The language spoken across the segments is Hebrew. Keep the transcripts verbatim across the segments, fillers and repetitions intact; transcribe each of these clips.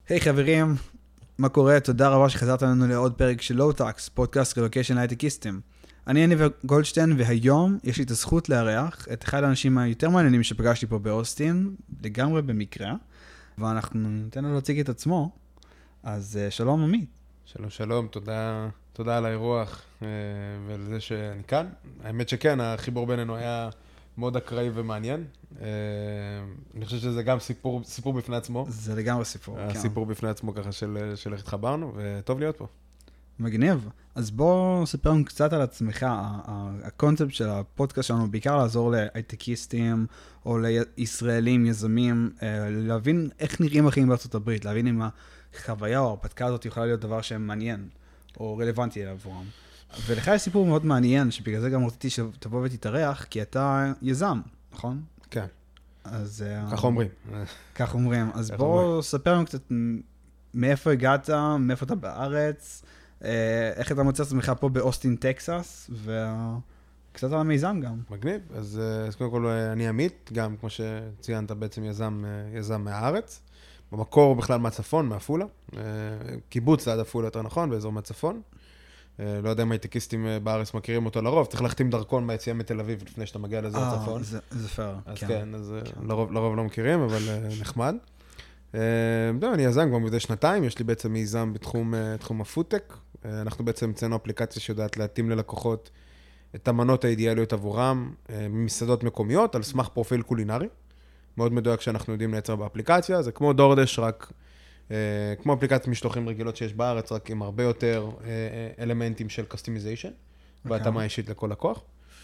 היי hey, חברים, מה קורה? תודה רבה שחזרתם לנו לעוד פרק של לואו-טקס, פודקאסט רילוקיישן הייטקיסטים. אני יניב גולדשטיין, והיום יש לי את הזכות לארח את אחד האנשים היותר מעניינים שפגשתי פה באוסטין, לגמרי במקרה, ואנחנו ניתן לו להציג את עצמו. אז שלום עמית. שלום שלום, תודה, תודה על האירוח ועל זה שאני כאן. האמת שכן, החיבור בינינו היה מאוד אקראי ומעניין. אני חושב שזה גם סיפור, סיפור בפני עצמו. זה לגמרי סיפור, כן. הסיפור בפני עצמו ככה של, של איך התחברנו, וטוב להיות פה. מגניב. אז בוא ספר לנו קצת על עצמך. הקונספט של הפודקאסט שלנו בעיקר לעזור להייטקיסטים או לישראלים, יזמים, להבין איך נראים החיים בארצות הברית, להבין אם החוויה או ההרפתקה הזאת יכולה להיות דבר שמעניין או רלוונטי עבורם. ולך יש סיפור מאוד מעניין, שבגלל זה גם רציתי שתבוא ותתארח, כי אתה יזם, נכון? כן. אז... כך אומרים. כך אומרים. אז בוא ספר לנו קצת מאיפה הגעת, מאיפה אתה בארץ, איך אתה מוצא עצמך פה באוסטין, טקסס, וקצת על המיזם גם. מגניב. אז, אז קודם כל אני עמית, גם כמו שציינת בעצם יזם, יזם מהארץ. במקור בכלל מהצפון, מהפולה. קיבוץ ליד הפולה יותר נכון, באזור מהצפון. לא יודע אם הייטקיסטים בארץ מכירים אותו לרוב, צריך להחתים דרכון ביציאה מתל אביב לפני שאתה מגיע לאזור הצפון. זה, זה פייר. אז כן, כן אז כן. לרוב, לרוב לא מכירים, אבל נחמד. דו, אני יזם כבר מזה שנתיים, יש לי בעצם מיזם בתחום תחום הפודטק. אנחנו בעצם מצאנו אפליקציה שיודעת להתאים ללקוחות את המנות האידיאליות עבורם, ממסעדות מקומיות, על סמך פרופיל קולינרי. מאוד מדויק שאנחנו יודעים לייצר באפליקציה, זה כמו דורדש, רק כמו אפליקציות משלוחים רגילות שיש בארץ, רק עם הרבה יותר אלמנטים של קסטומיזיישן, והתאמה אישית לכל לקוח.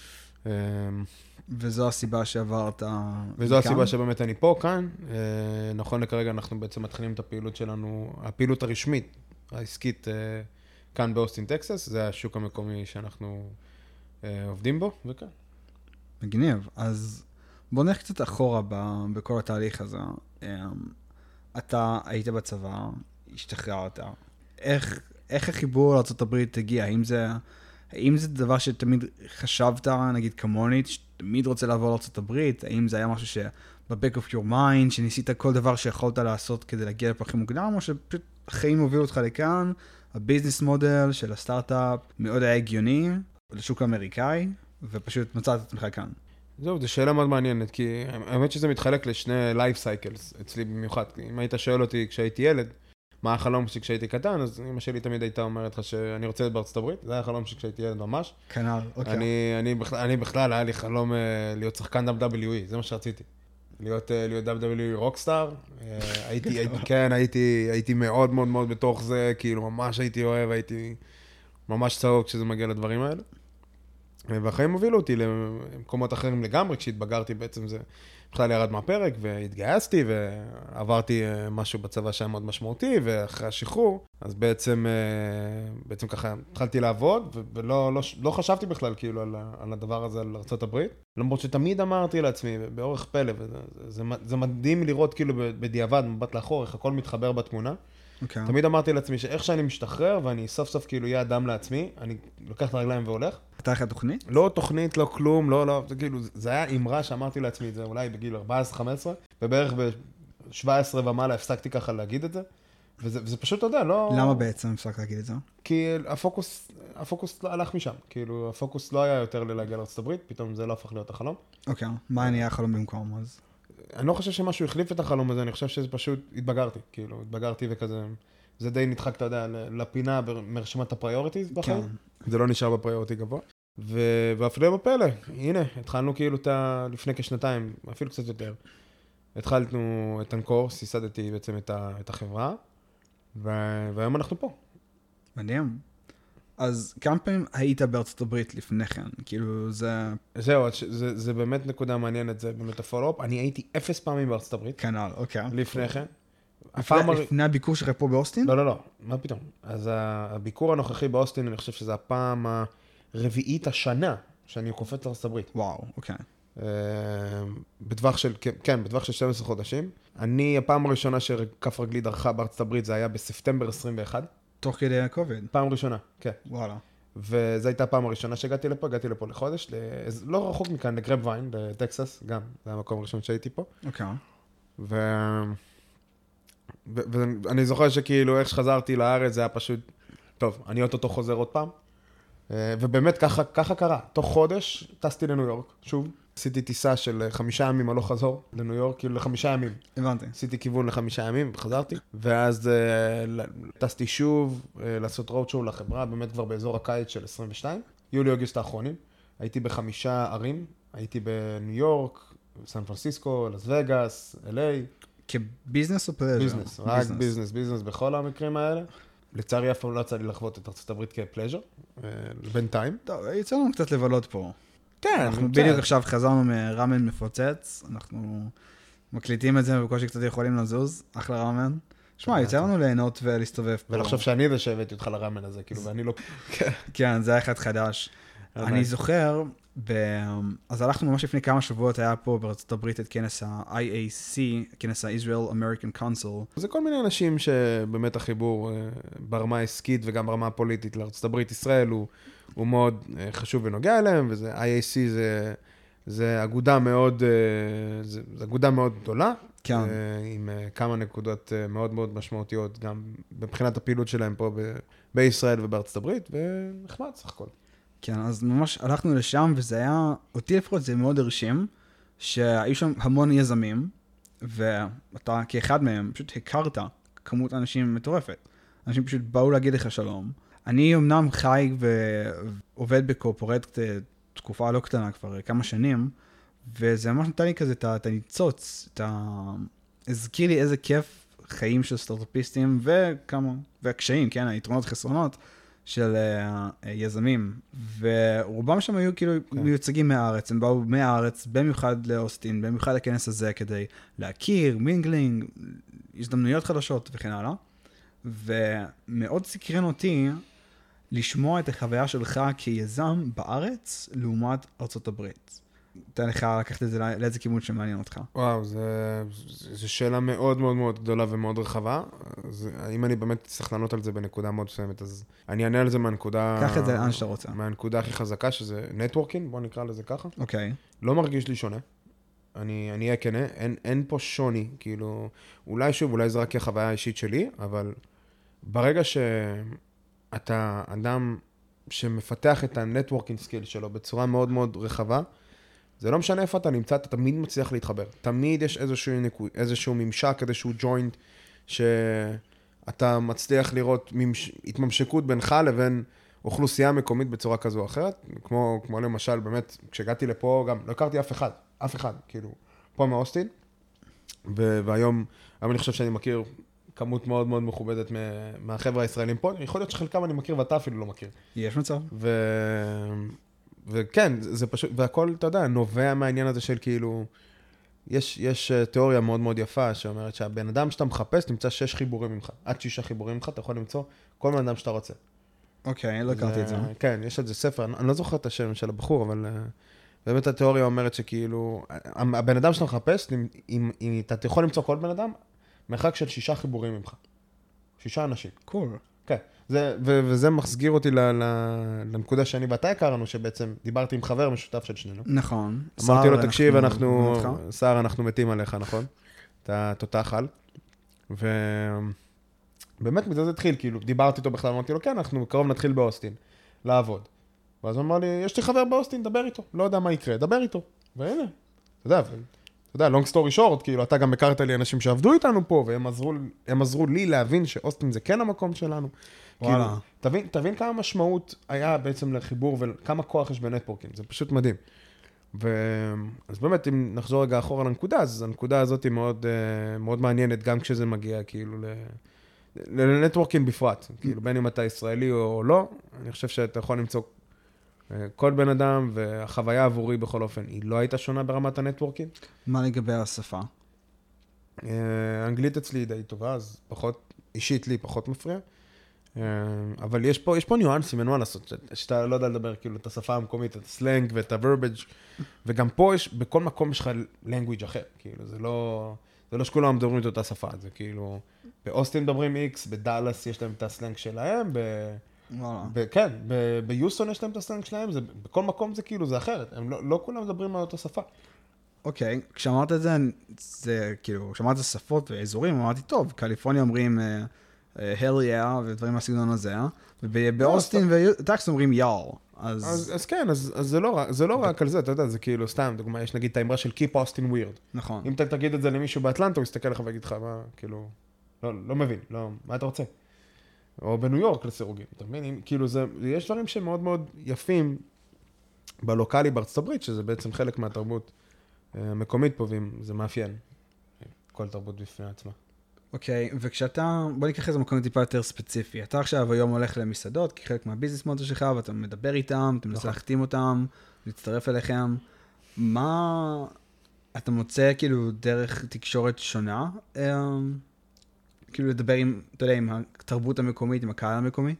וזו הסיבה שעברת וזו הסיבה שבאמת אני פה, כאן. נכון לכרגע אנחנו בעצם מתחילים את הפעילות שלנו, הפעילות הרשמית, העסקית, כאן באוסטין, טקסס. זה השוק המקומי שאנחנו עובדים בו, וכאן. מגניב. אז בוא נלך קצת אחורה בכל התהליך הזה. אתה היית בצבא, השתחררת. איך, איך החיבור לארצות הברית הגיע? האם זה, האם זה דבר שתמיד חשבת, נגיד כמוני, שתמיד רוצה לעבור לארצות הברית? האם זה היה משהו ש-back of your mind, שניסית כל דבר שיכולת לעשות כדי להגיע לפה הכי מוקדם, או שפשוט החיים הובילו אותך לכאן, הביזנס מודל של הסטארט-אפ מאוד היה הגיוני, לשוק האמריקאי, ופשוט מצאת את עצמך כאן? זהו, זו שאלה מאוד מעניינת, כי האמת שזה מתחלק לשני life cycles אצלי במיוחד. אם היית שואל אותי כשהייתי ילד, מה החלום שלי כשהייתי קטן, אז אמא שלי תמיד הייתה אומרת לך שאני רוצה להיות בארצות הברית, זה היה החלום שלי כשהייתי ילד ממש. כנ"ל, אוקיי. אני, אני, בכלל, אני בכלל, היה לי חלום להיות שחקן דאבליו דאבליו אי, זה מה שרציתי. להיות, להיות דאבליו דאבליו אי רוקסטאר. הייתי, הייתי, כן, הייתי, הייתי מאוד מאוד מאוד בתוך זה, כאילו ממש הייתי אוהב, הייתי ממש צעוק כשזה מגיע לדברים האלה. והחיים הובילו אותי למקומות אחרים לגמרי, כשהתבגרתי בעצם זה בכלל ירד מהפרק, והתגייסתי ועברתי משהו בצבא שהיה מאוד משמעותי, ואחרי השחרור, אז בעצם, בעצם ככה התחלתי לעבוד, ולא לא, לא חשבתי בכלל כאילו על, על הדבר הזה, על ארצות הברית, למרות שתמיד אמרתי לעצמי, באורך פלא, וזה, זה, זה מדהים לראות כאילו בדיעבד, מבט לאחור, איך הכל מתחבר בתמונה. Okay. תמיד אמרתי לעצמי שאיך שאני משתחרר, ואני סוף סוף כאילו יהיה אדם לעצמי, אני לוקח את הרגליים והולך. אתה לך תוכנית? לא תוכנית, לא כלום, לא, לא, זה כאילו, זה היה אמרה שאמרתי לעצמי את זה, אולי בגיל ארבע עשרה חמש עשרה, ובערך ב-שבע עשרה ומעלה הפסקתי ככה להגיד את זה, וזה, וזה פשוט, אתה יודע, לא... למה בעצם הפסקת להגיד את זה? כי הפוקוס, הפוקוס הלך משם, כאילו, הפוקוס לא היה יותר להגיע לארצות הברית, פתאום זה לא הפך להיות החלום. אוקיי, מה נהיה החלום במקום אז? אני לא חושב שמשהו החליף את החלום הזה, אני חושב שזה פשוט התבגרתי, כאילו, התבגרתי וכזה, זה די נדחק, אתה יודע, לפינה מרשימת הפריוריטיז בחיים. זה לא נשאר בפריוריטי גבוה. והפלא בפלא, הנה, התחלנו כאילו לפני כשנתיים, אפילו קצת יותר. התחלנו את אנקור, סיסדתי בעצם את החברה, והיום אנחנו פה. מדהים. אז כמה פעמים היית בארצות הברית לפני כן? כאילו זה... זהו, זה, זה באמת נקודה מעניינת, זה באמת הפולו-אפ. אני הייתי אפס פעמים בארצות הברית. כנ"ל, אוקיי. לפני כן. לפני הביקור שלך פה באוסטין? לא, לא, לא. מה פתאום? אז הביקור הנוכחי באוסטין, אני חושב שזה הפעם הרביעית השנה שאני קופץ לארצות הברית. וואו, אוקיי. בטווח של, כן, בטווח של שנים עשר חודשים. אני, הפעם הראשונה שכף רגלי דרכה בארצות הברית, זה היה בספטמבר עשרים ואחת. תוך כדי הקוביד? פעם ראשונה, כן. וואלה. וזו הייתה הפעם הראשונה שהגעתי לפה, הגעתי לפה לחודש, לא רחוק מכאן, לגרב ויין, בטקסס, גם, זה המקום הראשון שהייתי פה. אוקיי. ואני זוכר שכאילו איך שחזרתי לארץ, זה היה פשוט, טוב, אני אוטוטו חוזר עוד פעם, ובאמת ככה, ככה קרה. תוך חודש טסתי לניו יורק, שוב. עשיתי טיסה של חמישה ימים הלוך חזור לניו יורק, כאילו לחמישה ימים. הבנתי. עשיתי כיוון לחמישה ימים וחזרתי, ואז טסתי שוב לעשות רודשואו לחברה, באמת כבר באזור הקיץ של עשרים ושתיים, יולי-אוגוסט האחרונים. הייתי בחמישה ערים, הייתי בניו יורק, סן פרנסיסקו, לס וגאס, אל איי. כביזנס או פלז'ר? ביזנס, רק ביזנס, ביזנס בכל המקרים האלה. לצערי אף פעם לא יצא לי לחוות את ארצות הברית כפלז'ר, בינתיים. טוב, יצאנו קצת לבלות פה. כן. אנחנו בדיוק עכשיו חזרנו מרמן מפוצץ, אנחנו מקליטים את זה ובקושי קצת יכולים לזוז, אחלה רמן. שמע, יצא לנו ליהנות ולהסתובב פה. ולחשוב שאני זה שהבאתי אותך לרמן הזה, כאילו, ואני לא... כן, זה היה אחד חדש. אני זוכר, אז הלכנו ממש לפני כמה שבועות, היה פה בארצות הברית את כנס ה-איי איי סי, כנס ה-Israel American Council. זה כל מיני אנשים שבאמת החיבור ברמה העסקית וגם ברמה הפוליטית לארצות הברית ישראל הוא, הוא מאוד חשוב ונוגע אליהם, וזה איי איי סי זה, זה אגודה מאוד, זה, זה אגודה מאוד גדולה. כן. עם כמה נקודות מאוד מאוד משמעותיות, גם מבחינת הפעילות שלהם פה ב- בישראל ובארצות הברית, ונחמד סך הכל. כן, אז ממש הלכנו לשם, וזה היה, אותי לפחות זה מאוד הרשים, שהיו שם המון יזמים, ואתה כאחד מהם פשוט הכרת כמות אנשים מטורפת. אנשים פשוט באו להגיד לך שלום. אני אמנם חי ועובד בקורפורט תקופה לא קטנה כבר כמה שנים, וזה ממש נתן לי כזה את הניצוץ, את ה... הזכיר לי איזה כיף חיים של סטארט-אפיסטים, וכמה, והקשיים, כן, היתרונות חסרונות, של uh, יזמים, ורובם שם היו כאילו כן. מיוצגים מהארץ, הם באו מהארץ, במיוחד לאוסטין, במיוחד לכנס הזה, כדי להכיר, מינגלינג, הזדמנויות חדשות וכן הלאה, ומאוד סקרן אותי לשמוע את החוויה שלך כיזם בארץ, לעומת ארצות הברית. תן לך לקחת את זה לאיזה כיוון שמעניין אותך. וואו, זו שאלה מאוד מאוד מאוד גדולה ומאוד רחבה. אם אני באמת צריך לענות על זה בנקודה מאוד מסוימת, אז אני אענה על זה מהנקודה... קח את זה לאן שאתה רוצה. מהנקודה הכי חזקה, שזה נטוורקינג, בוא נקרא לזה ככה. אוקיי. לא מרגיש לי שונה. אני אהיה כנה, אין פה שוני, כאילו, אולי שוב, אולי זה רק החוויה האישית שלי, אבל ברגע שאתה אדם שמפתח את הנטוורקינג סקיל שלו בצורה מאוד מאוד רחבה, זה לא משנה איפה אתה נמצא, אתה תמיד מצליח להתחבר. תמיד יש איזשהו, איזשהו ממשק, איזשהו ג'וינט, שאתה מצליח לראות ממש, התממשקות בינך לבין אוכלוסייה מקומית בצורה כזו או אחרת. כמו, כמו למשל, באמת, כשהגעתי לפה, גם לא הכרתי אף אחד, אף אחד, כאילו, פה מאוסטין. ו- והיום, היום אני חושב שאני מכיר כמות מאוד מאוד מכובדת מהחבר'ה הישראלים פה. יכול להיות שחלקם אני מכיר ואתה אפילו לא מכיר. יש מצב. ו... וכן, זה פשוט, והכל, אתה יודע, נובע מהעניין הזה של כאילו, יש, יש תיאוריה מאוד מאוד יפה שאומרת שהבן אדם שאתה מחפש, תמצא שש חיבורים ממך. עד שישה חיבורים ממך, אתה יכול למצוא כל בן אדם שאתה רוצה. אוקיי, לא הכרתי את זה. כן, יש את זה ספר, אני לא זוכר את השם של הבחור, אבל באמת התיאוריה אומרת שכאילו, הבן אדם שאתה מחפש, אם, אם אתה יכול למצוא כל בן אדם, מרחק של שישה חיבורים ממך. שישה אנשים. קול. כן. זה, ו- וזה מחסגיר אותי ל- ל- לנקודה שאני ואתה הכרנו, שבעצם דיברתי עם חבר משותף של שנינו. נכון. אמרתי לו, תקשיב, אנחנו, שר, אנחנו מתים עליך, נכון? אתה תותח על. ובאמת מזה זה התחיל, כאילו, דיברתי איתו בכלל, אמרתי לו, כן, אנחנו קרוב נתחיל באוסטין, לעבוד. ואז הוא אמר לי, יש לי חבר באוסטין, דבר איתו, לא יודע מה יקרה, דבר איתו. והנה, אתה יודע, אתה יודע, long story short, כאילו, אתה גם הכרת לי אנשים שעבדו איתנו פה, והם עזרו, הם עזרו לי להבין שאוסטין זה כן המקום שלנו. וואלה. כאילו, תבין, תבין כמה משמעות היה בעצם לחיבור, וכמה כוח יש בנטוורקינג, זה פשוט מדהים. ו... אז באמת, אם נחזור רגע אחורה לנקודה, אז הנקודה הזאת היא מאוד, מאוד מעניינת, גם כשזה מגיע, כאילו, ל... לנטוורקינג בפרט. כאילו, בין אם אתה ישראלי או לא, אני חושב שאתה יכול למצוא כל בן אדם, והחוויה עבורי בכל אופן, היא לא הייתה שונה ברמת הנטוורקינג. מה לגבי השפה? אנגלית אצלי די טובה, אז פחות, אישית לי פחות מפריע. אבל יש פה, יש פה ניואנסים, אין מה לעשות, שאתה לא יודע לדבר כאילו את השפה המקומית, את הסלנג ואת הוורבג', וגם פה יש, בכל מקום יש לך language אחר, כאילו, זה לא, זה לא שכולם מדברים את אותה שפה, זה כאילו, באוסטין מדברים X, בדאלאס יש להם את הסלנג שלהם, ב... ב- כן, ב- ביוסטון יש להם את הסלנג שלהם, זה, בכל מקום זה כאילו, זה אחרת, הם לא, לא כולם מדברים על אותה שפה. אוקיי, כשאמרת את זה, זה כאילו, כשאמרת שפות ואזורים, אמרתי, טוב, קליפורניה אומרים hell yeah ודברים מהסגנון הזה, ובאוסטין וטקסס אומרים y'all. אז, אז כן, אז, אז זה לא רק, זה לא רק על זה, אתה יודע, זה כאילו, סתם, דוגמה, יש נגיד את האמרה של Keep Austin Weird. נכון. אם אתה תגיד את זה למישהו באטלנטה, הוא יסתכל לך ויגיד לך, מה, כאילו, לא, לא מבין, לא, מה אתה רוצה? או בניו יורק לסירוגים, אתה מבין? כאילו, זה, יש דברים שמאוד מאוד יפים בלוקלי בארצות הברית, שזה בעצם חלק מהתרבות המקומית פה, וזה מאפיין כל תרבות בפני עצמה. אוקיי, okay, וכשאתה, בוא ניקח איזה מקום טיפה יותר ספציפי. אתה עכשיו היום הולך למסעדות, כחלק מהביזנס מודל שלך, ואתה מדבר איתם, אתה מנסה להחתים אותם, להצטרף אליכם. מה אתה מוצא כאילו דרך תקשורת שונה? כאילו לדבר עם, אתה יודע, עם התרבות המקומית, עם הקהל המקומי?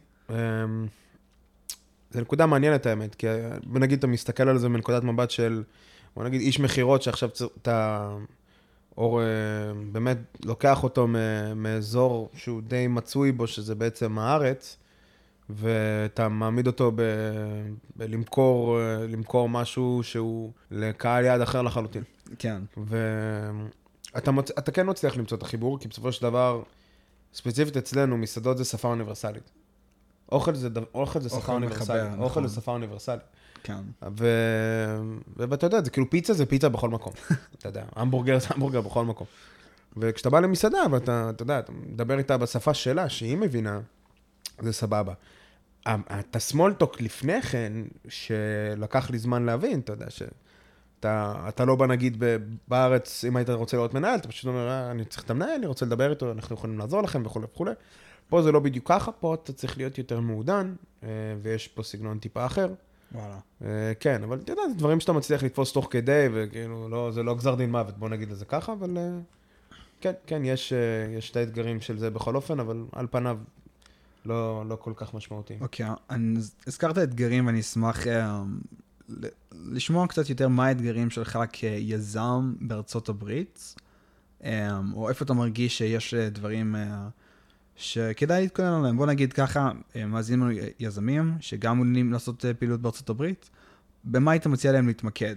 זה נקודה מעניינת האמת, כי בוא נגיד, אתה מסתכל על זה מנקודת מבט של, בוא נגיד, איש מחירות שעכשיו אתה... או באמת לוקח אותו מאזור שהוא די מצוי בו, שזה בעצם הארץ, ואתה מעמיד אותו ב... בלמכור, למכור משהו שהוא לקהל יעד אחר לחלוטין. כן. ואתה מוצ... אתה כן מצליח למצוא את החיבור, כי בסופו של דבר, ספציפית אצלנו, מסעדות זה שפה אוניברסלית. אוכל זה, אוכל זה שפה אוניברסלית. אוכל זה שפה אוניברסלית. כן. ו... ואתה יודע, זה כאילו פיצה זה פיצה בכל מקום. אתה יודע, המבורגר זה המבורגר בכל מקום. וכשאתה בא למסעדה, ואתה, אתה יודע, אתה מדבר איתה בשפה שלה, שהיא מבינה, זה סבבה. את הסמולטוק לפני כן, שלקח לי זמן להבין, אתה יודע, שאתה אתה לא בא נגיד בארץ, אם היית רוצה לראות מנהל, אתה פשוט אומר, אני צריך את המנהל, אני רוצה לדבר איתו, אנחנו יכולים לעזור לכם וכו' וכו'. פה זה לא בדיוק ככה, פה אתה צריך להיות יותר מעודן, ויש פה סגנון טיפה אחר. וואלה. כן, אבל אתה יודע, זה דברים שאתה מצליח לתפוס תוך כדי, וכאילו, זה לא גזר דין מוות, בוא נגיד לזה ככה, אבל כן, כן, יש את האתגרים של זה בכל אופן, אבל על פניו לא כל כך משמעותיים. אוקיי, הזכרת אתגרים, ואני אשמח לשמוע קצת יותר מה האתגרים שלך כיזם בארצות הברית, או איפה אתה מרגיש שיש דברים שכדאי להתכונן עליהם. בוא נגיד ככה, מאזינים לנו יזמים, שגם מעוניינים לעשות פעילות בארצות הברית, במה היית מציע להם להתמקד?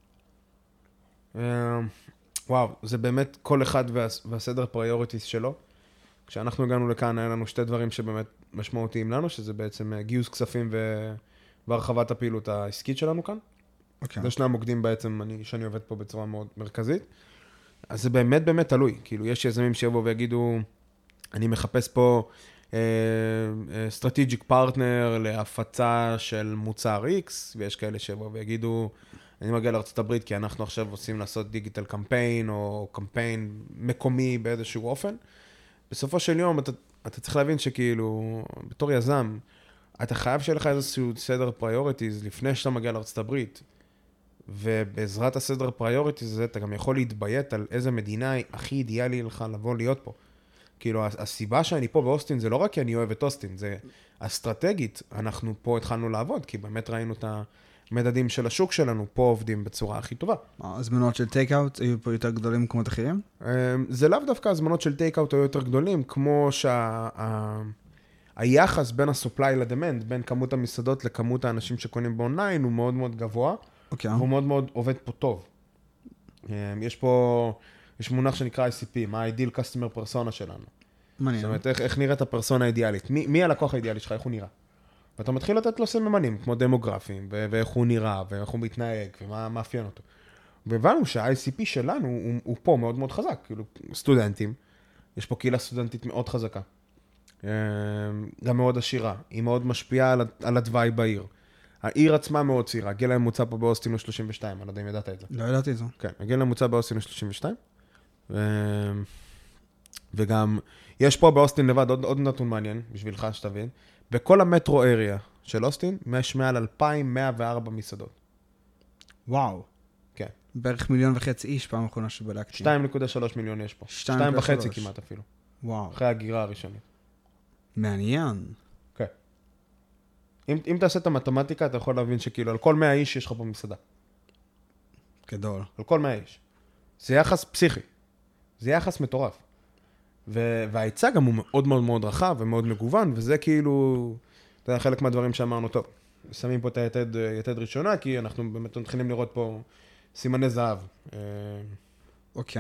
וואו, זה באמת כל אחד והסדר פריוריטיס שלו. כשאנחנו הגענו לכאן, היה לנו שתי דברים שבאמת משמעותיים לנו, שזה בעצם גיוס כספים והרחבת הפעילות העסקית שלנו כאן. Okay. זה שני המוקדים בעצם, אני, שאני עובד פה בצורה מאוד מרכזית. אז זה באמת באמת תלוי. כאילו, יש יזמים שיבואו ויגידו, אני מחפש פה סטרטג'יק פרטנר להפצה של מוצר X, ויש כאלה שיבואו ויגידו, אני מגיע לארצות הברית כי אנחנו עכשיו עושים לעשות דיגיטל קמפיין, או קמפיין מקומי באיזשהו אופן. בסופו של יום, אתה, אתה צריך להבין שכאילו, בתור יזם, אתה חייב שיהיה לך איזשהו סדר פריוריטיז לפני שאתה מגיע לארצות הברית, ובעזרת הסדר פריוריטיז הזה, אתה גם יכול להתביית על איזה מדינה הכי אידיאלי לך לבוא להיות פה. כאילו, הסיבה שאני פה באוסטין זה לא רק כי אני אוהב את אוסטין, זה אסטרטגית, אנחנו פה התחלנו לעבוד, כי באמת ראינו את המדדים של השוק שלנו, פה עובדים בצורה הכי טובה. הזמנות של טייק-אוט היו פה יותר גדולים במקומות אחרים? זה לאו דווקא הזמנות של טייק-אוט היו יותר גדולים, כמו שהיחס בין הסופליי לדמנד, בין כמות המסעדות לכמות האנשים שקונים באונליין, הוא מאוד מאוד גבוה, והוא מאוד מאוד עובד פה טוב. יש פה... יש מונח שנקרא איי סי פי, מה ה-Ideal Customer Persona שלנו. מעניין. זאת אומרת, איך, איך נראית הפרסונה האידיאלית? מי, מי הלקוח האידיאלי שלך? איך הוא נראה? ואתה מתחיל לתת לו סממנים, כמו דמוגרפיים, ו- ואיך הוא נראה, ואיך הוא מתנהג, ומה מאפיין אותו. והבנו שה-איי סי פי שלנו הוא, הוא פה מאוד מאוד חזק. כאילו, סטודנטים, יש פה קהילה סטודנטית מאוד חזקה. גם מאוד עשירה. היא מאוד משפיעה על, על הדווי בעיר. העיר עצמה מאוד צעירה. הגיל הממוצע פה באוסטין הוא שלושים ושתיים, אני לא יודע אם ידעת את זה. לא ידעתי את זה. כן, הגיל הממוצע באוסטין הוא שלושים ושתיים. וגם, יש פה באוסטין לבד עוד, עוד נתון מעניין, בשבילך שתבין, בכל המטרו אריה של אוסטין, יש מעל אלפיים מאה וארבע מסעדות. וואו. כן. בערך מיליון וחצי איש פעם האחרונה שבדקתי. שתיים נקודה שלוש מיליון יש פה. שתיים וחצי כמעט אפילו. וואו. אחרי הגירה הראשונית. מעניין. כן. אם, אם תעשה את המתמטיקה, אתה יכול להבין שכאילו, על כל מאה איש יש לך פה מסעדה. גדול. על כל מאה איש. זה יחס פסיכי. זה יחס מטורף. וההיצע גם הוא מאוד מאוד מאוד רחב ומאוד מגוון, וזה כאילו, אתה יודע, חלק מהדברים שאמרנו, טוב, שמים פה את היתד, יתד ראשונה, כי אנחנו באמת מתחילים לראות פה סימני זהב. אוקיי.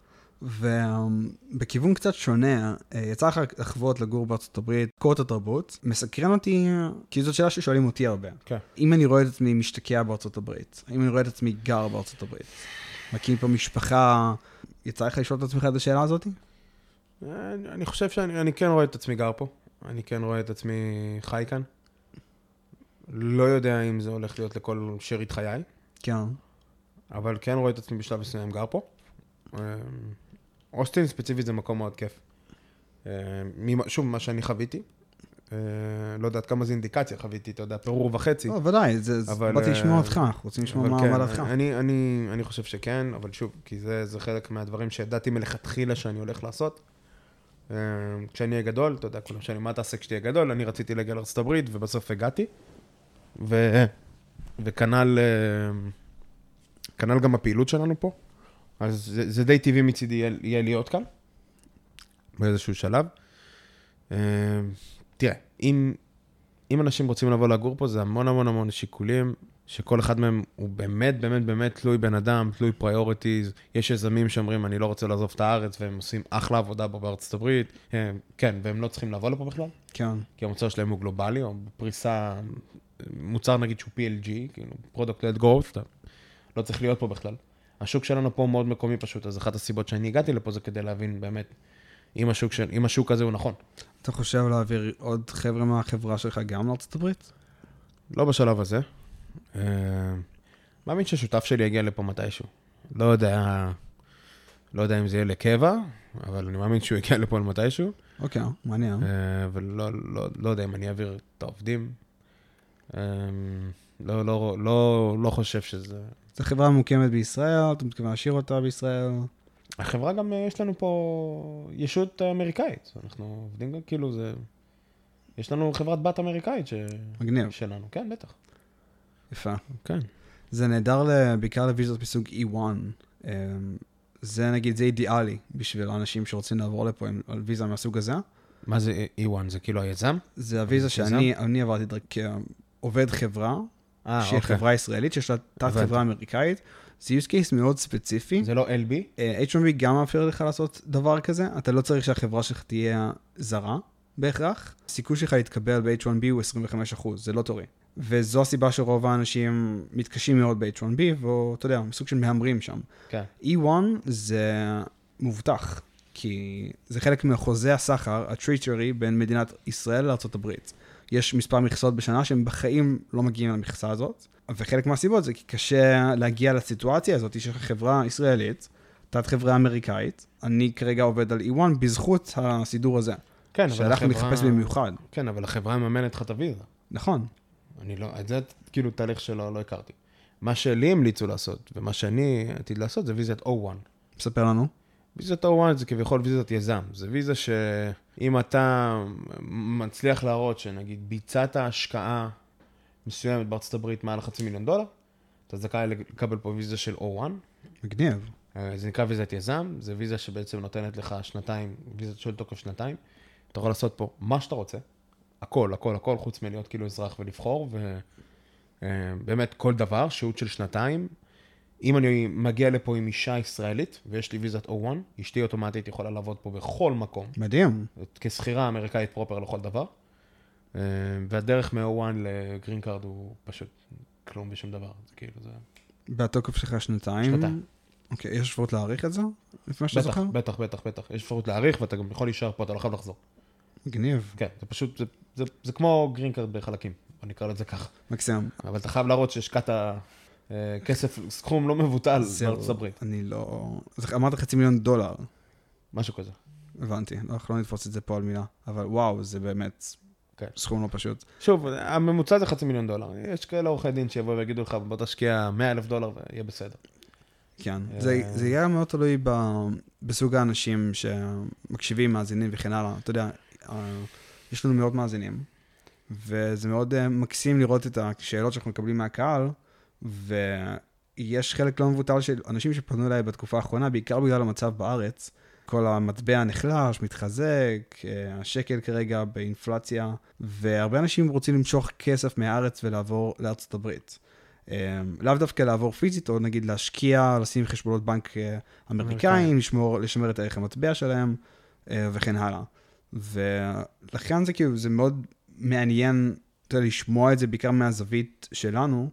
ובכיוון קצת שונה, יצא לך לחוות לגור בארצות הברית, קורת התרבות, מסקרן אותי, כי זאת שאלה ששואלים אותי הרבה. כן. אם אני רואה את עצמי משתקע בארצות הברית, אם אני רואה את עצמי גר בארצות הברית, מקים פה משפחה, יצא לך לשאול את עצמך את השאלה הזאת? אני חושב שאני אני כן רואה את עצמי גר פה, אני כן רואה את עצמי חי כאן. לא יודע אם זה הולך להיות לכל שארית חיי. כן. אבל כן רואה את עצמי בשלב מסוים גר פה. אוסטין ספציפית זה מקום מאוד כיף. שוב, מה שאני חוויתי, לא יודעת כמה זה אינדיקציה חוויתי, אתה יודע, פירור וחצי. לא, ודאי, באתי לשמוע אותך, אנחנו רוצים לשמוע מה דעתך. אני חושב שכן, אבל שוב, כי זה חלק מהדברים שידעתי מלכתחילה שאני הולך לעשות. כשאני אהיה גדול, אתה יודע, כולם שאני, מה תעשה כשתהיה גדול? אני רציתי להגיע לארצות הברית, ובסוף הגעתי. וכנ"ל כנ"ל גם הפעילות שלנו פה. אז זה, זה די טבעי מצידי יהיה, יהיה להיות כאן, באיזשהו שלב. תראה, אם, אם אנשים רוצים לבוא לגור פה, זה המון המון המון שיקולים, שכל אחד מהם הוא באמת, באמת, באמת תלוי בן אדם, תלוי פריוריטיז. יש יזמים שאומרים, אני לא רוצה לעזוב את הארץ, והם עושים אחלה עבודה פה בארצות הברית. כן, והם לא צריכים לבוא לפה בכלל. כן. כי המוצר שלהם הוא גלובלי, או בפריסה, מוצר נגיד שהוא פי אל ג'י, כאילו, Product Led Growth, לא צריך להיות פה בכלל. השוק שלנו פה מאוד מקומי פשוט, אז אחת הסיבות שאני הגעתי לפה זה כדי להבין באמת אם השוק, של, אם השוק הזה הוא נכון. אתה חושב להעביר עוד חבר'ה מהחברה שלך גם לארצות הברית? לא בשלב הזה. מאמין ששותף שלי יגיע לפה מתישהו. לא יודע, לא יודע אם זה יהיה לקבע, אבל אני מאמין שהוא יגיע לפה מתישהו. אוקיי, מעניין. אבל לא, לא, לא יודע אם אני אעביר את העובדים. לא, לא, לא, לא חושב שזה... זו חברה מוקמת בישראל, אתה מתכוון להשאיר אותה בישראל? החברה גם, יש לנו פה ישות אמריקאית. אנחנו עובדים גם, כאילו זה... יש לנו חברת בת אמריקאית ש... מגניב. שלנו, כן, בטח. יפה. כן. זה נהדר בעיקר לוויזות מסוג אי וואן. זה נגיד, זה אידיאלי בשביל האנשים שרוצים לעבור לפה על ויזה מהסוג הזה. מה זה אי וואן? זה כאילו היזם? זה הוויזה שאני אני עברתי דרך כעובד חברה, שהיא חברה ישראלית, שיש לה תת חברה אמריקאית. זה use case מאוד ספציפי. זה לא אל בי? אייץ' וואן בי גם מאפשר לך לעשות דבר כזה. אתה לא צריך שהחברה שלך תהיה זרה בהכרח. הסיכוי שלך להתקבל ב-אייץ' וואן בי הוא עשרים וחמישה אחוז, זה לא תורי. וזו הסיבה שרוב האנשים מתקשים מאוד ב-אייץ' וואן בי, ואתה יודע, מסוג של מהמרים שם. כן. אי וואן זה מובטח, כי זה חלק מהחוזה הסחר, הטריטורי, בין מדינת ישראל לארצות הברית. יש מספר מכסות בשנה שהם בחיים לא מגיעים למכסה הזאת, וחלק מהסיבות זה כי קשה להגיע לסיטואציה הזאת, יש לך חברה ישראלית, תת חברה אמריקאית, אני כרגע עובד על אי וואן בזכות הסידור הזה. כן, אבל שהלכנו לחפש במיוחד. כן, אבל החברה מממנת לך את הוויזה. נכון. אני לא, את זה כאילו תהליך שלא לא הכרתי. מה שלי המליצו לעשות, ומה שאני עתיד לעשות, זה ויזת או וואן. מספר לנו. ויזת או וואן זה כביכול ויזת יזם. זה ויזה שאם אתה מצליח להראות שנגיד ביצעת השקעה מסוימת בארצות הברית מעל חצי מיליון דולר, אתה זכאי לקבל פה ויזה של או וואן. מגניב. זה נקרא ויזת יזם, זה ויזה שבעצם נותנת לך שנתיים, ויזה של תוקף שנתיים. אתה יכול לעשות פה מה שאתה רוצה. הכל, הכל, הכל, חוץ מלהיות כאילו אזרח ולבחור, ובאמת כל דבר, שהות של שנתיים. אם אני מגיע לפה עם אישה ישראלית, ויש לי ויזת או וואן, אשתי אוטומטית יכולה לעבוד פה בכל מקום. מדהים. כסחירה אמריקאית פרופר לכל דבר. והדרך מ-או וואן לגרין קארד הוא פשוט כלום ושום דבר. זה כאילו זה... בתוקף שלך שנתיים? שנתיים. אוקיי, יש אפשרות להאריך את זה? לפני שאתה זוכר? בטח, בטח, בטח. יש אפשרות להאריך, ואתה גם יכול להישאר פה, אתה לא חייב לחזור. מגניב. כן, זה פשוט, זה, זה, זה כמו גרין קארד בחלקים, אני אקרא לזה כך. מקסים. אבל אתה חייב להראות שהשקעת אה, כסף, סכום לא מבוטל בארצות הברית. אני לא... אמרת חצי מיליון דולר. משהו כזה. הבנתי, אנחנו לא נתפוס את זה פה על מילה, אבל וואו, זה באמת כן. סכום לא פשוט. שוב, הממוצע זה חצי מיליון דולר. יש כאלה עורכי דין שיבואו ויגידו לך, בוא תשקיע מאה אלף דולר ויהיה בסדר. כן, זה, זה יהיה מאוד תלוי ב, בסוג האנשים שמקשיבים, מאזינים וכן הלאה. אתה יודע, יש לנו מאוד מאזינים, וזה מאוד מקסים לראות את השאלות שאנחנו מקבלים מהקהל, ויש חלק לא מבוטל של אנשים שפנו אליי בתקופה האחרונה, בעיקר בגלל המצב בארץ, כל המטבע נחלש, מתחזק, השקל כרגע באינפלציה, והרבה אנשים רוצים למשוך כסף מהארץ ולעבור לארצות הברית. לאו דווקא לעבור פיזית, או נגיד להשקיע, לשים חשבונות בנק אמריקאים, לשמור, לשמר את הערך המטבע שלהם, וכן הלאה. ולכן זה כאילו, זה מאוד מעניין לשמוע את זה, בעיקר מהזווית שלנו,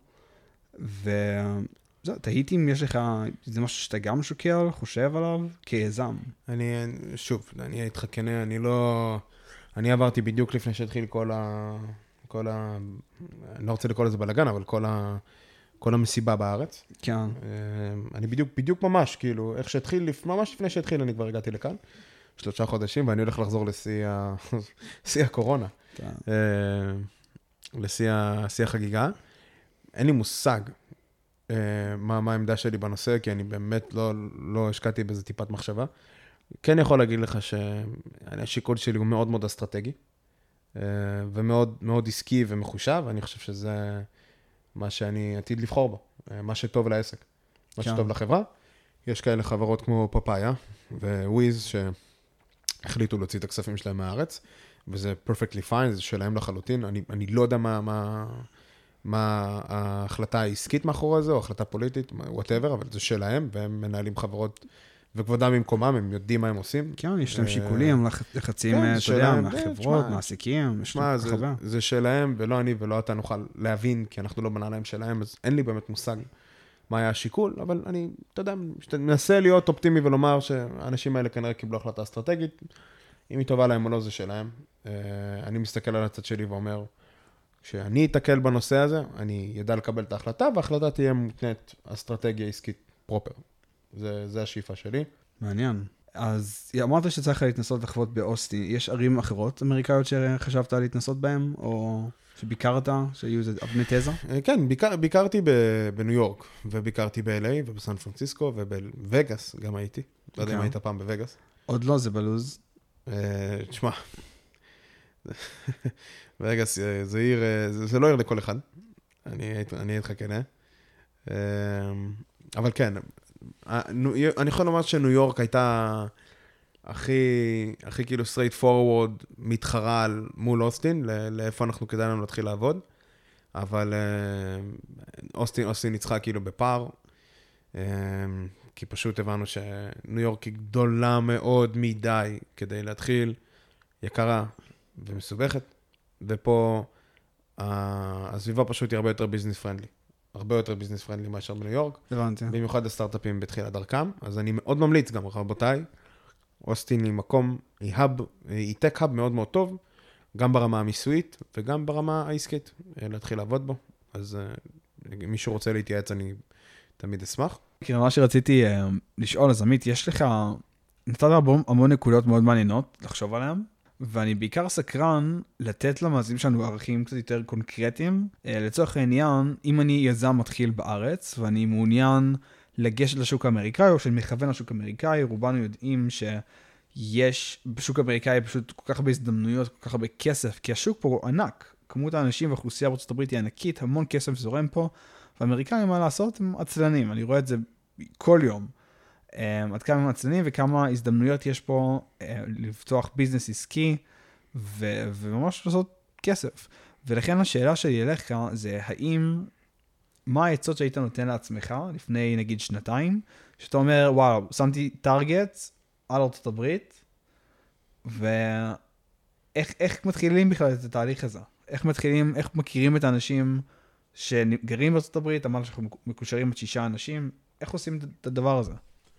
וזהו, תהיתי אם יש לך, זה משהו שאתה גם שוקל, חושב עליו, כיזם. אני, שוב, אני הייתך כנה, אני לא, אני עברתי בדיוק לפני שהתחיל כל ה, כל ה, אני לא רוצה לקרוא לזה בלגן, אבל כל ה, כל המסיבה בארץ. כן. אני בדיוק, בדיוק ממש, כאילו, איך שהתחיל, ממש לפני שהתחיל, אני כבר הגעתי לכאן, שלושה חודשים, ואני הולך לחזור לשיא ה... שיא הקורונה. כן. לשיא החגיגה. אין לי מושג מה, מה העמדה שלי בנושא, כי אני באמת לא, לא השקעתי בזה טיפת מחשבה. כן יכול להגיד לך שהשיקול שלי הוא מאוד מאוד אסטרטגי, ומאוד מאוד עסקי ומחושב, ואני חושב שזה מה שאני עתיד לבחור בו, מה שטוב לעסק, מה שטוב לחברה. יש כאלה חברות כמו פאפאיה וויז, שהחליטו להוציא את הכספים שלהם מהארץ, וזה perfectly fine, זה שלהם לחלוטין. אני, אני לא יודע מה, מה, מה ההחלטה העסקית מאחורי זה, או החלטה פוליטית, whatever, אבל זה שלהם, והם מנהלים חברות, וכבודם במקומם, הם יודעים מה הם עושים. כן, יש להם שיקולים, לחצים, אתה יודע, מהחברות, מעסיקים, יש להם חבר. זה שלהם, ולא אני ולא אתה נוכל להבין, כי אנחנו לא בנעליים שלהם, אז אין לי באמת מושג מה היה השיקול, אבל אני, אתה יודע, מנסה להיות אופטימי ולומר שהאנשים האלה כנראה קיבלו החלטה אסטרטגית, אם היא טובה להם או לא, זה שלהם. אני מסתכל על הצד שלי ואומר, כשאני אתקל בנושא הזה, אני ידע לקבל את ההחלטה, וההחלטה תהיה מותנית אסטרטגיה עסקית פרופר. זה, זה השאיפה שלי. מעניין. אז אמרת שצריך להתנסות לחוות באוסטין. יש ערים אחרות אמריקאיות שחשבת להתנסות בהן, או שביקרת, שהיו איזה אבני תזה? כן, ביקר, ביקרתי בניו יורק, וביקרתי ב-אל איי, ובסן פרנסיסקו, ובווגאס גם הייתי. לא יודע אם היית פעם בווגאס. עוד לא, זה בלוז. תשמע, ווגאס זה עיר, זה לא עיר לכל אחד, אני אהיה לך כנה, אבל כן, אני יכול לומר שניו יורק הייתה הכי, הכי כאילו straight forward, מתחרה מול אוסטין, לאיפה אנחנו כדאי לנו להתחיל לעבוד, אבל אוסטין, אוסטין ניצחה כאילו בפער, כי פשוט הבנו שניו יורק היא גדולה מאוד מדי כדי להתחיל, יקרה ומסובכת, ופה הסביבה פשוט היא הרבה יותר ביזנס פרנדלי. הרבה יותר ביזנס פרנדלי מאשר בניו יורק. הבנתי. במיוחד הסטארט-אפים בתחילת דרכם, אז אני מאוד ממליץ גם, רבותיי, אוסטין היא מקום, היא האב, היא טק האב מאוד מאוד טוב, גם ברמה המיסויית וגם ברמה העסקית, להתחיל לעבוד בו. אז מי שרוצה להתייעץ, אני תמיד אשמח. כי מה שרציתי לשאול, אז עמית, יש לך, נתת המון, המון נקודות מאוד מעניינות לחשוב עליהן, ואני בעיקר סקרן לתת למאזינים שלנו ערכים קצת יותר קונקרטיים. לצורך העניין, אם אני יזם מתחיל בארץ, ואני מעוניין לגשת לשוק האמריקאי, או שאני מכוון לשוק האמריקאי, רובנו יודעים שיש בשוק האמריקאי פשוט כל כך הרבה הזדמנויות, כל כך הרבה כסף, כי השוק פה הוא ענק. כמות האנשים והאוכלוסייה בארצות הברית היא ענקית, המון כסף זורם פה, והאמריקאים, מה לעשות, הם עצלנים. אני רואה את זה כל יום. עד כמה הם עצלנים וכמה הזדמנויות יש פה לפתוח ביזנס עסקי ו- וממש לעשות כסף. ולכן השאלה שלי אליך זה האם, מה העצות שהיית נותן לעצמך לפני נגיד שנתיים, שאתה אומר, וואו, שמתי טארגט על ארצות הברית, ואיך איך מתחילים בכלל את התהליך הזה? איך מתחילים, איך מכירים את האנשים שגרים בארצות הברית, אמרנו שאנחנו מקושרים את שישה אנשים, איך עושים את הדבר הזה?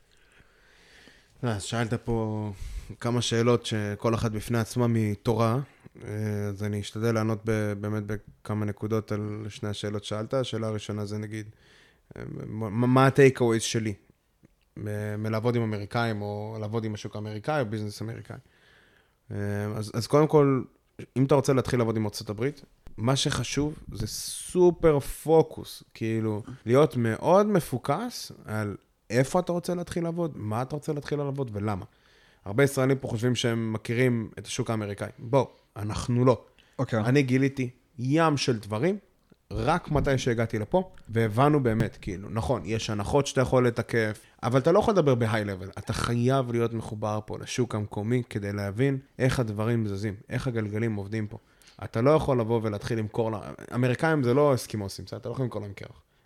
אז שאלת פה כמה שאלות שכל אחת בפני עצמה מתורה, אז אני אשתדל לענות באמת בכמה נקודות על שני השאלות שאלת. השאלה הראשונה זה נגיד, מה הטייק-אווייז שלי מלעבוד עם אמריקאים, או לעבוד עם השוק האמריקאי, או ביזנס אמריקאי. אז, אז קודם כל, אם אתה רוצה להתחיל לעבוד עם ארצות הברית, מה שחשוב זה סופר פוקוס, כאילו, להיות מאוד מפוקס על איפה אתה רוצה להתחיל לעבוד, מה אתה רוצה להתחיל לעבוד ולמה. הרבה ישראלים פה חושבים שהם מכירים את השוק האמריקאי. בוא, אנחנו לא. אוקיי. אני גיליתי ים של דברים, רק מתי שהגעתי לפה, והבנו באמת, כאילו, נכון, יש הנחות שאתה יכול לתקף, אבל אתה לא יכול לדבר בהיי-לבל, אתה חייב להיות מחובר פה לשוק המקומי, כדי להבין איך הדברים זזים, איך הגלגלים עובדים פה. אתה לא יכול לבוא ולהתחיל למכור לה, אמריקאים זה לא אסקימוסים, אתה לא יכול למכור להם קרח.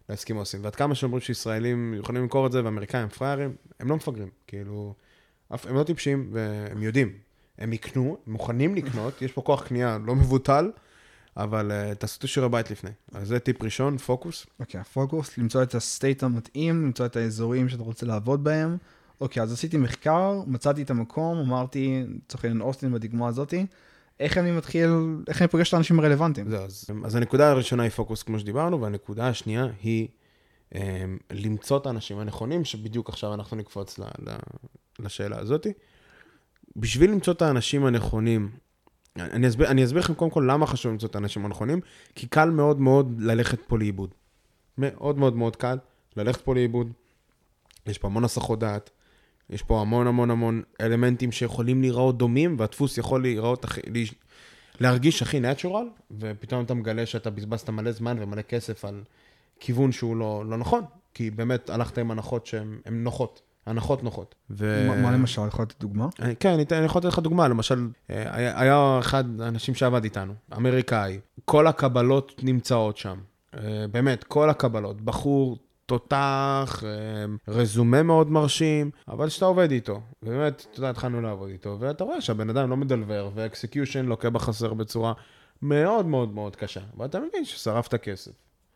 לאסקימוסים. ועד כמה שאומרים שישראלים יכולים למכור את זה, ואמריקאים הם פריירים, הם לא מפגרים. כאילו, הם לא טיפשים, והם יודעים. הם יקנו, הם מוכנים לקנות, יש פה כוח קנייה לא מבוטל, אבל uh, תעשו את השיעורי בית לפני. אז זה טיפ ראשון, פוקוס. אוקיי, הפוקוס, למצוא את הסטייט המתאים, למצוא את האזורים שאתה רוצה לעבוד בהם. אוקיי, אז עשיתי מחקר, מצאתי את המקום, אמרתי, צריך להיות אוסטין בדגמה הזאת, איך אני מתחיל, איך אני פוגש את האנשים הרלוונטיים? זה, אז, אז הנקודה הראשונה היא פוקוס, כמו שדיברנו, והנקודה השנייה היא um, למצוא את האנשים הנכונים, שבדיוק עכשיו אנחנו נקפוץ ל, ל, לשאלה הזאת. בשביל למצוא את האנשים הנכונים, אני אסביר, אני אסביר לכם קודם כל למה חשוב למצוא את האנשים הנכונים, כי קל מאוד מאוד ללכת פה לאיבוד. מאוד מאוד מאוד קל ללכת פה לאיבוד. יש פה המון הסחות דעת, יש פה המון המון המון אלמנטים שיכולים להיראות דומים, והדפוס יכול להיראות, להרגיש הכי נטורל, ופתאום אתה מגלה שאתה בזבזת מלא זמן ומלא כסף על כיוון שהוא לא, לא נכון, כי באמת הלכת עם הנחות שהן נוחות. הנחות נוחות. ו... מה, מה למשל? יכול לתת דוגמה? כן, אני, אני יכול לתת לך דוגמה. למשל, היה, היה אחד האנשים שעבד איתנו, אמריקאי. כל הקבלות נמצאות שם. באמת, כל הקבלות. בחור תותח, רזומה מאוד מרשים, אבל שאתה עובד איתו. באמת, אתה יודע, התחלנו לעבוד איתו, ואתה רואה שהבן אדם לא מדלבר, ואקסקיושן לוקה בחסר בצורה מאוד מאוד מאוד קשה. ואתה מבין ששרפת כסף.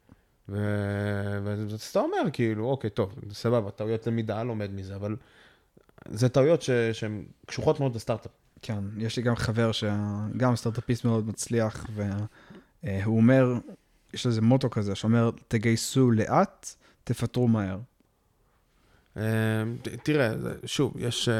ואז אתה אומר, כאילו, אוקיי, טוב, סבבה, טעויות למידה, לומד מזה, אבל זה טעויות שהן קשוחות מאוד לסטארט-אפ. כן, יש לי גם חבר שגם סטארט-אפיסט מאוד מצליח, והוא אומר, יש לזה מוטו כזה, שאומר, תגייסו לאט, תפטרו מהר. תראה, שוב,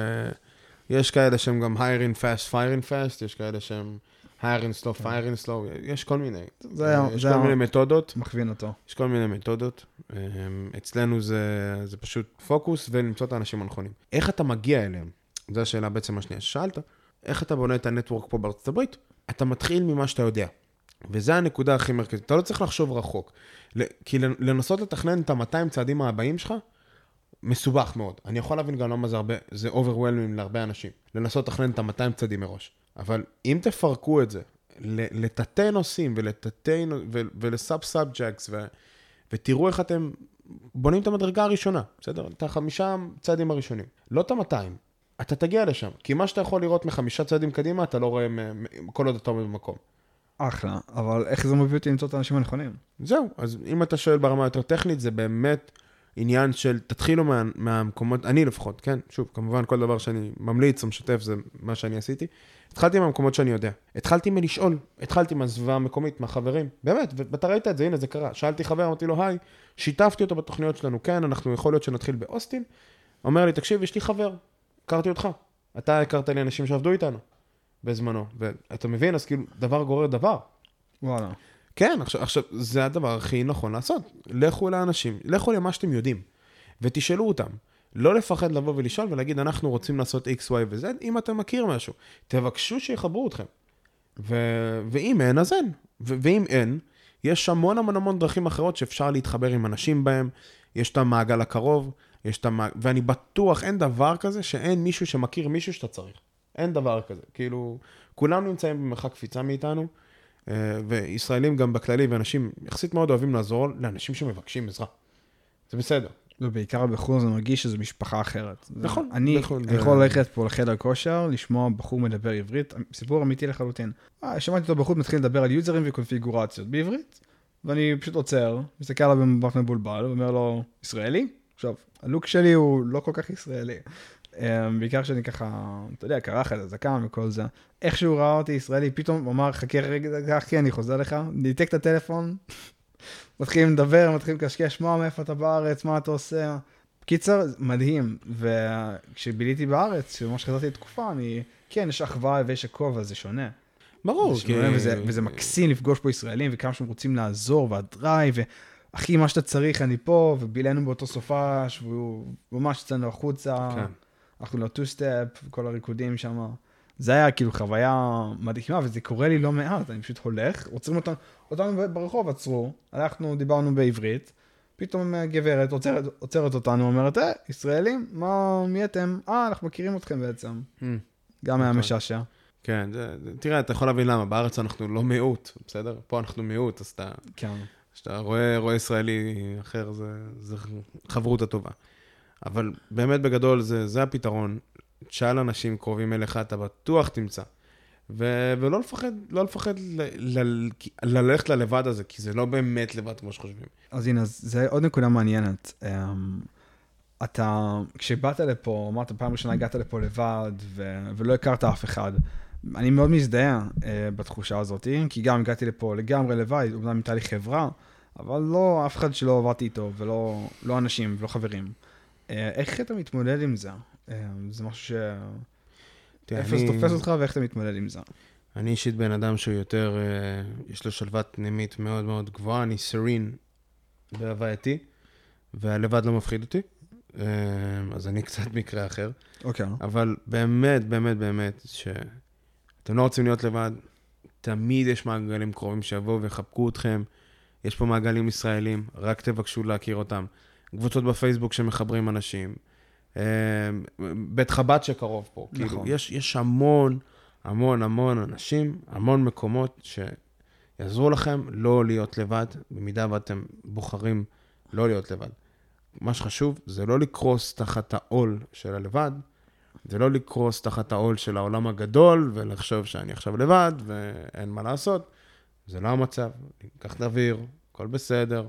יש כאלה שהם גם hiring fast, firing fast, יש כאלה שהם hiring slow, firing slow, יש כל מיני. יש כל מיני מתודות. מכווין אותו. יש כל מיני מתודות. אצלנו זה פשוט פוקוס ולמצוא את האנשים הנכונים. איך אתה מגיע אליהם? זו השאלה בעצם השנייה ששאלת. איך אתה בונה את הנטוורק פה בארצות הברית? אתה מתחיל ממה שאתה יודע. וזה הנקודה הכי מרכזית. אתה לא צריך לחשוב רחוק. כי לנסות לתכנן את ה-מאתיים צעדים הבאים שלך, מסובך מאוד. אני יכול להבין גם למה זה הרבה, זה overwhelming להרבה אנשים. לנסות לתכנן את ה-מאתיים צעדים מראש. אבל אם תפרקו את זה, לתתי נושאים ולתתי, ולסאב-סאבג'קס, ותראו איך אתם בונים את המדרגה הראשונה, בסדר? את החמישה צעדים הראשונים. לא את ה-מאתיים. אתה תגיע לשם. כי מה שאתה יכול לראות מחמישה צעדים קדימה, אתה לא רואה כל עוד אתה עומד במקום. אחלה, אבל איך זה מביא אותי למצוא את האנשים הנכונים? זהו, אז אם אתה שואל ברמה יותר טכנית, זה באמת עניין של, תתחילו מה, מהמקומות, אני לפחות, כן? שוב, כמובן כל דבר שאני ממליץ או משתף, זה מה שאני עשיתי. התחלתי מהמקומות שאני יודע. התחלתי מלשאול, התחלתי מהסביבה המקומית, מהחברים. באמת, ואתה ראית את זה, הנה זה קרה. שאלתי חבר, אמרתי לו, היי, שיתפתי אותו בתוכניות שלנו, כן, אנחנו יכול להיות שנתחיל באוסטין. אומר לי, תקשיב, יש לי חבר, הכרתי אותך. אתה הכרת לי אנשים שעבדו איתנו בזמנו. ואתה מבין, אז כאילו, דבר גורר דבר. וואלה. כן, עכשיו, עכשיו, זה הדבר הכי נכון לעשות. לכו לאנשים, לכו למה שאתם יודעים, ותשאלו אותם. לא לפחד לבוא ולשאול ולהגיד, אנחנו רוצים לעשות X, Y ו-Z, אם אתה מכיר משהו. תבקשו שיחברו אתכם. ו- ואם אין, אז אין. ו- ואם אין, יש המון המון המון דרכים אחרות שאפשר להתחבר עם אנשים בהם, יש את המעגל הקרוב, יש את המעגל, ואני בטוח, אין דבר כזה שאין מישהו שמכיר מישהו שאתה צריך. אין דבר כזה. כאילו, כולם נמצאים במרחק קפיצה מאיתנו, וישראלים גם בכללי, ואנשים יחסית מאוד אוהבים לעזור לאנשים שמבקשים עזרה. זה בסדר. ובעיקר בחור זה מרגיש שזו משפחה אחרת. נכון. אני יכול ללכת פה לחדר כושר, לשמוע בחור מדבר עברית, סיפור אמיתי לחלוטין. שמעתי אותו בחור מתחיל לדבר על יוזרים וקונפיגורציות בעברית, ואני פשוט עוצר, מסתכל עליו במבט מבולבל, ואומר לו, ישראלי? עכשיו, הלוק שלי הוא לא כל כך ישראלי. בעיקר שאני ככה, אתה יודע, קרח את הזקן וכל זה. איך שהוא ראה אותי ישראלי, פתאום אמר, חכה רגע, אחי, אני חוזר לך, ניתק את הטלפון, מתחילים לדבר, מתחילים לקשקש, מה, מאיפה אתה בארץ, מה אתה עושה? בקיצר, מדהים. וכשביליתי בארץ, שממש חזרתי לתקופה, אני, כן, יש אחווה ויש עקוב, אז זה שונה. ברור. זה שונה, וזה, וזה מקסים לפגוש פה ישראלים, וכמה שהם רוצים לעזור, והדרייב, ואחי, מה שאתה צריך, אני פה, ובילנו באותו סופש, והוא ממש יצאנו החוצה. כן. אנחנו לא טו-סטפ, כל הריקודים שם. זה היה כאילו חוויה מדהימה, וזה קורה לי לא מעט. אני פשוט הולך, עוצרים אותנו, אותנו ברחוב עצרו, אנחנו דיברנו בעברית, פתאום גברת עוצרת, עוצרת אותנו, אומרת, אה, ישראלים, מה, מי אתם? אה, אנחנו מכירים אתכם בעצם. גם היה משעשע. כן, תראה, אתה יכול להבין למה, בארץ אנחנו לא מיעוט, בסדר? פה אנחנו מיעוט, אז אתה... כן. כשאתה רואה, רואה ישראלי אחר, זה, זה חברות הטובה. אבל באמת בגדול, זה, זה הפתרון. תשאל אנשים קרובים אליך, אתה בטוח תמצא. ו- ולא לפחד, לא לפחד ל- ל- ללכת ללבד הזה, כי זה לא באמת לבד כמו שחושבים. אז הנה, זה עוד נקודה מעניינת. אתה, כשבאת לפה, אמרת, פעם ראשונה הגעת לפה לבד, ו- ולא הכרת אף אחד. אני מאוד מזדהה uh, בתחושה הזאת, כי גם הגעתי לפה לגמרי לבד, אומנם הייתה לי חברה, אבל לא אף אחד שלא עברתי איתו, ולא לא אנשים, ולא חברים. Uh, איך אתה מתמודד עם זה? Uh, זה משהו ש... איפה זה תופס אותך, ואיך אתה מתמודד עם זה? אני אישית בן אדם שהוא יותר, uh, יש לו שלוות פנימית מאוד מאוד גבוהה, אני סרין בהווייתי, והלבד לא מפחיד אותי, uh, אז אני קצת מקרה אחר. אוקיי. אבל באמת, באמת, באמת, שאתם לא רוצים להיות לבד, תמיד יש מעגלים קרובים שיבואו ויחבקו אתכם, יש פה מעגלים ישראלים, רק תבקשו להכיר אותם. קבוצות בפייסבוק שמחברים אנשים, בית חב"ד שקרוב פה. נכון. כאילו, יש, יש המון, המון, המון אנשים, המון מקומות שיעזרו לכם לא להיות לבד, במידה ואתם בוחרים לא להיות לבד. מה שחשוב זה לא לקרוס תחת העול של הלבד, זה לא לקרוס תחת העול של העולם הגדול, ולחשוב שאני עכשיו לבד ואין מה לעשות. זה לא המצב. ניקח דביר, הכל בסדר,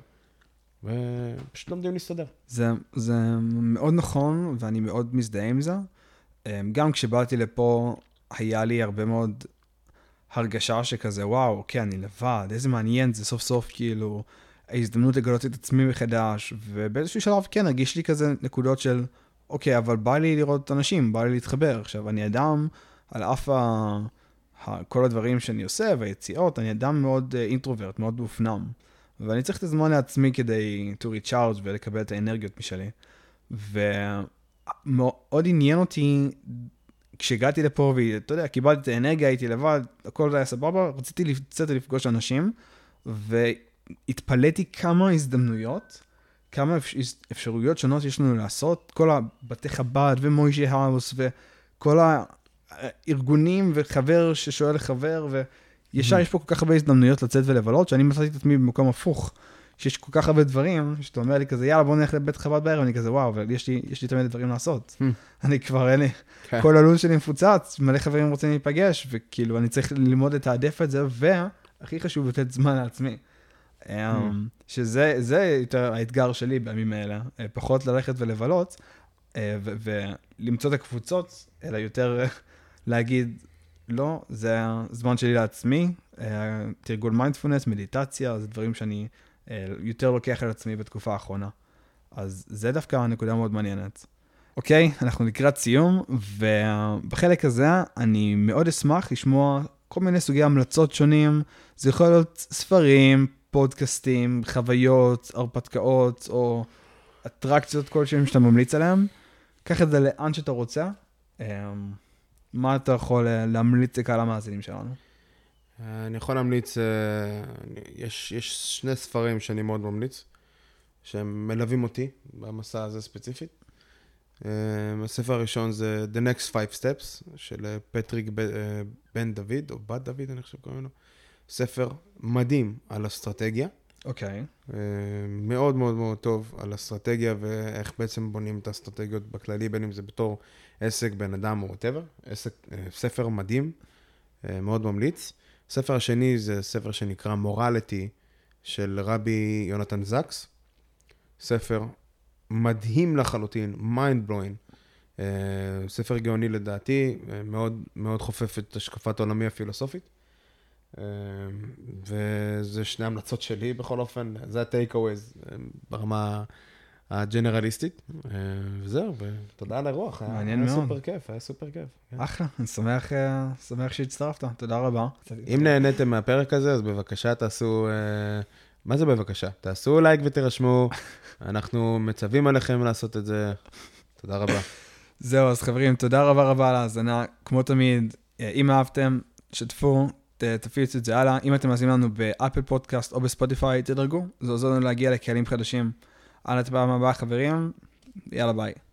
ופשוט לומדים להסתדר. זה, זה מאוד נכון, ואני מאוד מזדהה עם זה. גם כשבאתי לפה, היה לי הרבה מאוד הרגשה שכזה, וואו, אוקיי, אני לבד, איזה מעניין, זה סוף סוף כאילו ההזדמנות לגלות את עצמי מחדש, ובאיזשהו שלב כן, הרגיש לי כזה נקודות של, אוקיי, אבל בא לי לראות אנשים, בא לי להתחבר. עכשיו, אני אדם, על אף ה... ה... כל הדברים שאני עושה והיציאות, אני אדם מאוד אינטרוברט, מאוד מופנם. ואני צריך את הזמן לעצמי כדי to recharge ולקבל את האנרגיות משלי. ומאוד עניין אותי, כשהגעתי לפה, ואתה יודע, קיבלתי את האנרגיה, הייתי לבד, הכל היה סבבה, רציתי לצאת לפגוש אנשים, והתפלאתי כמה הזדמנויות, כמה אפשרויות שונות יש לנו לעשות, כל הבתי חב"ד ומוישה האוס, וכל הארגונים וחבר ששואל לחבר, וישר יש פה כל כך הרבה הזדמנויות לצאת ולבלות, שאני מצאתי את עצמי במקום הפוך, שיש כל כך הרבה דברים, שאתה אומר לי כזה, יאללה בוא נלך לבית חב"ד בערב, אני כזה וואו, אבל יש לי, יש לי תמיד דברים לעשות. אני כבר, אין לי, כל הלו"ז שלי מפוצץ, מלא חברים רוצים להיפגש, וכאילו אני צריך ללמוד לתעדף את זה, והכי חשוב לתת זמן לעצמי. שזה, זה יותר האתגר שלי בימים האלה, פחות ללכת ולבלות, ולמצוא את הקבוצות, אלא יותר להגיד, לא, זה הזמן שלי לעצמי, תרגול מיינדפולנס, מדיטציה, זה דברים שאני יותר לוקח על עצמי בתקופה האחרונה. אז זה דווקא נקודה מאוד מעניינת. אוקיי, אנחנו לקראת סיום, ובחלק הזה אני מאוד אשמח לשמוע כל מיני סוגי המלצות שונים, זה יכול להיות ספרים, פודקאסטים, חוויות, הרפתקאות, או אטרקציות כלשהם שאתה ממליץ עליהם. קח את זה לאן שאתה רוצה. מה אתה יכול להמליץ לקהל המאזינים שלנו? אני יכול להמליץ, יש, יש שני ספרים שאני מאוד ממליץ, שהם מלווים אותי במסע הזה ספציפית. הספר הראשון זה The Next Five Steps של פטריק בן דוד, או בת דוד, אני חושב קוראים לו. ספר מדהים על אסטרטגיה. אוקיי. Okay. מאוד מאוד מאוד טוב על אסטרטגיה ואיך בעצם בונים את האסטרטגיות בכללי, בין אם זה בתור עסק, בן אדם או whatever. עסק, ספר מדהים, מאוד ממליץ. הספר השני זה ספר שנקרא Morality של רבי יונתן זקס. ספר מדהים לחלוטין, mind blowing. ספר גאוני לדעתי, מאוד מאוד חופף את השקפת העולמי הפילוסופית. וזה שני המלצות שלי בכל אופן, זה ה-takeaways ברמה הג'נרליסטית, וזהו, ותודה על הרוח, מעניין היה מאוד. סופר כיף, היה סופר כיף. אחלה, אני שמח, שמח שהצטרפת, תודה רבה. אם נהניתם מהפרק הזה, אז בבקשה תעשו, מה זה בבקשה? תעשו לייק ותירשמו, אנחנו מצווים עליכם לעשות את זה, תודה רבה. זהו, אז חברים, תודה רבה רבה על ההאזנה, כמו תמיד, אם אהבתם, שתפו, תפיצו את זה הלאה. אם אתם מאזינים לנו באפל פודקאסט או בספוטיפיי, תדרגו. זה עוזר לנו להגיע לקהלים חדשים. עד הפעם הבאה, חברים. יאללה, ביי.